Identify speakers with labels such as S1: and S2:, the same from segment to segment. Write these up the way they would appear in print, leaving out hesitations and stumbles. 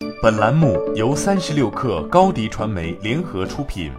S1: 本栏目由36氪高迪传媒联合出品。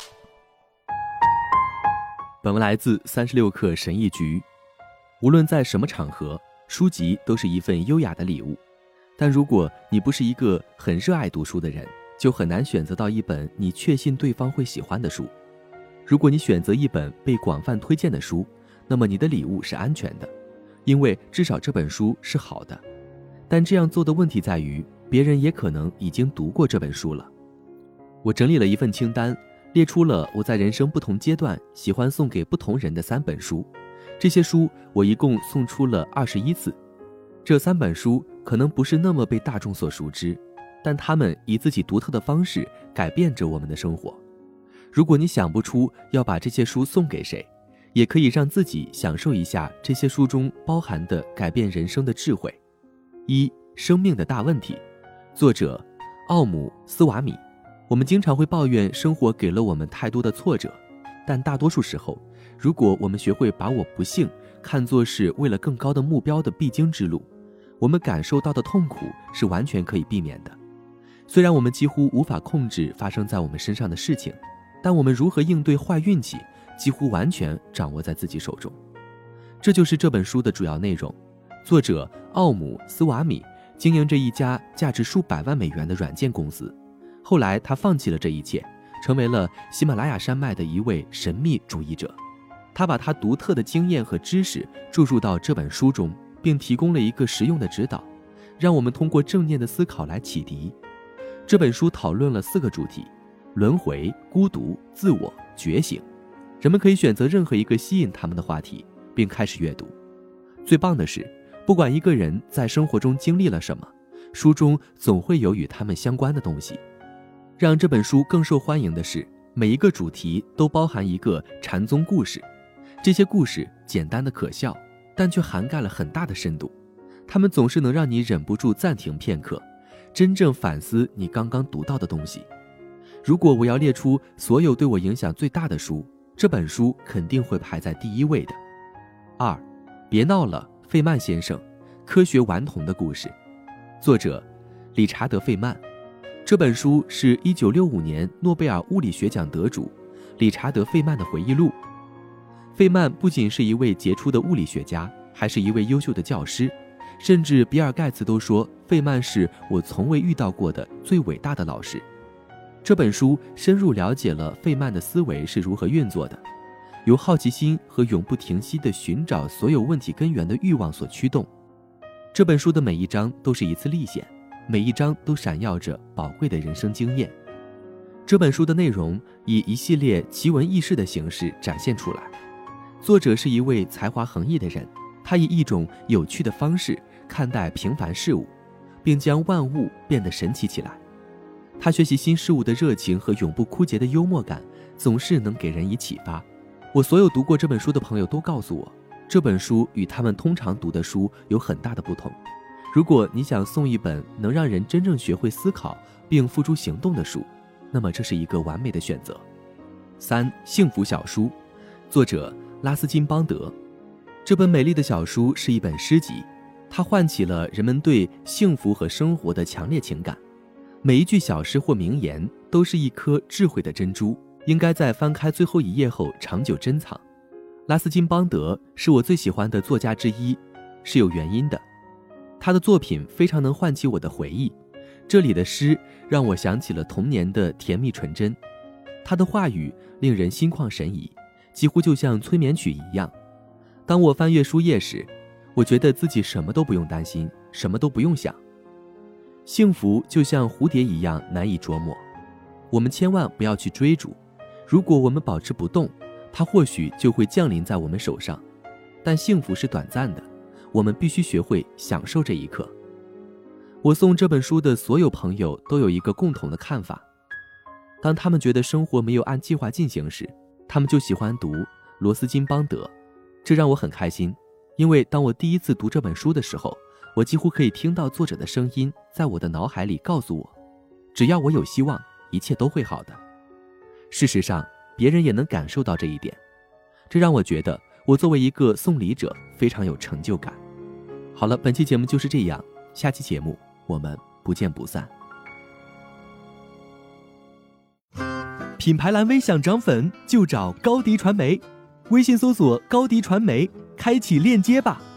S2: 本文来自36氪神译局。无论在什么场合，书籍都是一份优雅的礼物。但如果你不是一个很热爱读书的人，就很难选择到一本你确信对方会喜欢的书。如果你选择一本被广泛推荐的书，那么你的礼物是安全的，因为至少这本书是好的。但这样做的问题在于，别人也可能已经读过这本书了。我整理了一份清单，列出了我在人生不同阶段喜欢送给不同人的3本书。这些书我一共送出了21次。这3本书可能不是那么被大众所熟知，但他们以自己独特的方式改变着我们的生活。如果你想不出要把这些书送给谁，也可以让自己享受一下这些书中包含的改变人生的智慧。1. 生命的大问题，作者奥姆斯瓦米。我们经常会抱怨生活给了我们太多的挫折，但大多数时候，如果我们学会把我不幸看作是为了更高的目标的必经之路，我们感受到的痛苦是完全可以避免的。虽然我们几乎无法控制发生在我们身上的事情，但我们如何应对坏运气几乎完全掌握在自己手中。这就是这本书的主要内容。作者奥姆斯瓦米经营着一家价值数百万美元的软件公司，后来他放弃了这一切，成为了喜马拉雅山脉的一位神秘主义者。他把他独特的经验和知识注入到这本书中，并提供了一个实用的指导，让我们通过正念的思考来启迪。这本书讨论了4个主题：轮回、孤独、自我、觉醒。人们可以选择任何一个吸引他们的话题，并开始阅读。最棒的是，不管一个人在生活中经历了什么，书中总会有与他们相关的东西。让这本书更受欢迎的是，每一个主题都包含一个禅宗故事。这些故事简单的可笑，但却涵盖了很大的深度。他们总是能让你忍不住暂停片刻，真正反思你刚刚读到的东西。如果我要列出所有对我影响最大的书，这本书肯定会排在第1位的。2. 别闹了，费曼先生，科学顽童的故事。作者理查德·费曼。这本书是1965年诺贝尔物理学奖得主理查德·费曼的回忆录。费曼不仅是一位杰出的物理学家，还是一位优秀的教师，甚至比尔·盖茨都说费曼是我从未遇到过的最伟大的老师。这本书深入了解了费曼的思维是如何运作的，由好奇心和永不停息地寻找所有问题根源的欲望所驱动。这本书的每一章都是一次历险，每一章都闪耀着宝贵的人生经验。这本书的内容以一系列奇闻异事的形式展现出来。作者是一位才华横溢的人，他以一种有趣的方式看待平凡事物，并将万物变得神奇起来。他学习新事物的热情和永不枯竭的幽默感总是能给人以启发。我所有读过这本书的朋友都告诉我，这本书与他们通常读的书有很大的不同。如果你想送一本能让人真正学会思考并付诸行动的书，那么这是一个完美的选择。3. 幸福小书，作者拉斯金邦德。这本美丽的小书是一本诗集，它唤起了人们对幸福和生活的强烈情感。每一句小诗或名言都是一颗智慧的珍珠，应该在翻开最后一页后长久珍藏。拉斯金邦德是我最喜欢的作家之一，是有原因的。他的作品非常能唤起我的回忆，这里的诗让我想起了童年的甜蜜纯真。他的话语令人心旷神怡，几乎就像催眠曲一样。当我翻阅书页时，我觉得自己什么都不用担心，什么都不用想。幸福就像蝴蝶一样难以捉摸，我们千万不要去追逐。如果我们保持不动，它或许就会降临在我们手上。但幸福是短暂的，我们必须学会享受这一刻。我送这本书的所有朋友都有一个共同的看法：当他们觉得生活没有按计划进行时，他们就喜欢读罗斯金邦德。这让我很开心，因为当我第一次读这本书的时候，我几乎可以听到作者的声音在我的脑海里告诉我，只要我有希望，一切都会好的。事实上，别人也能感受到这一点，这让我觉得我作为一个送礼者非常有成就感。好了，本期节目就是这样，下期节目我们不见不散。 品牌蓝 V 想涨粉就找高迪传媒，微信搜索高迪传媒，开启链接吧。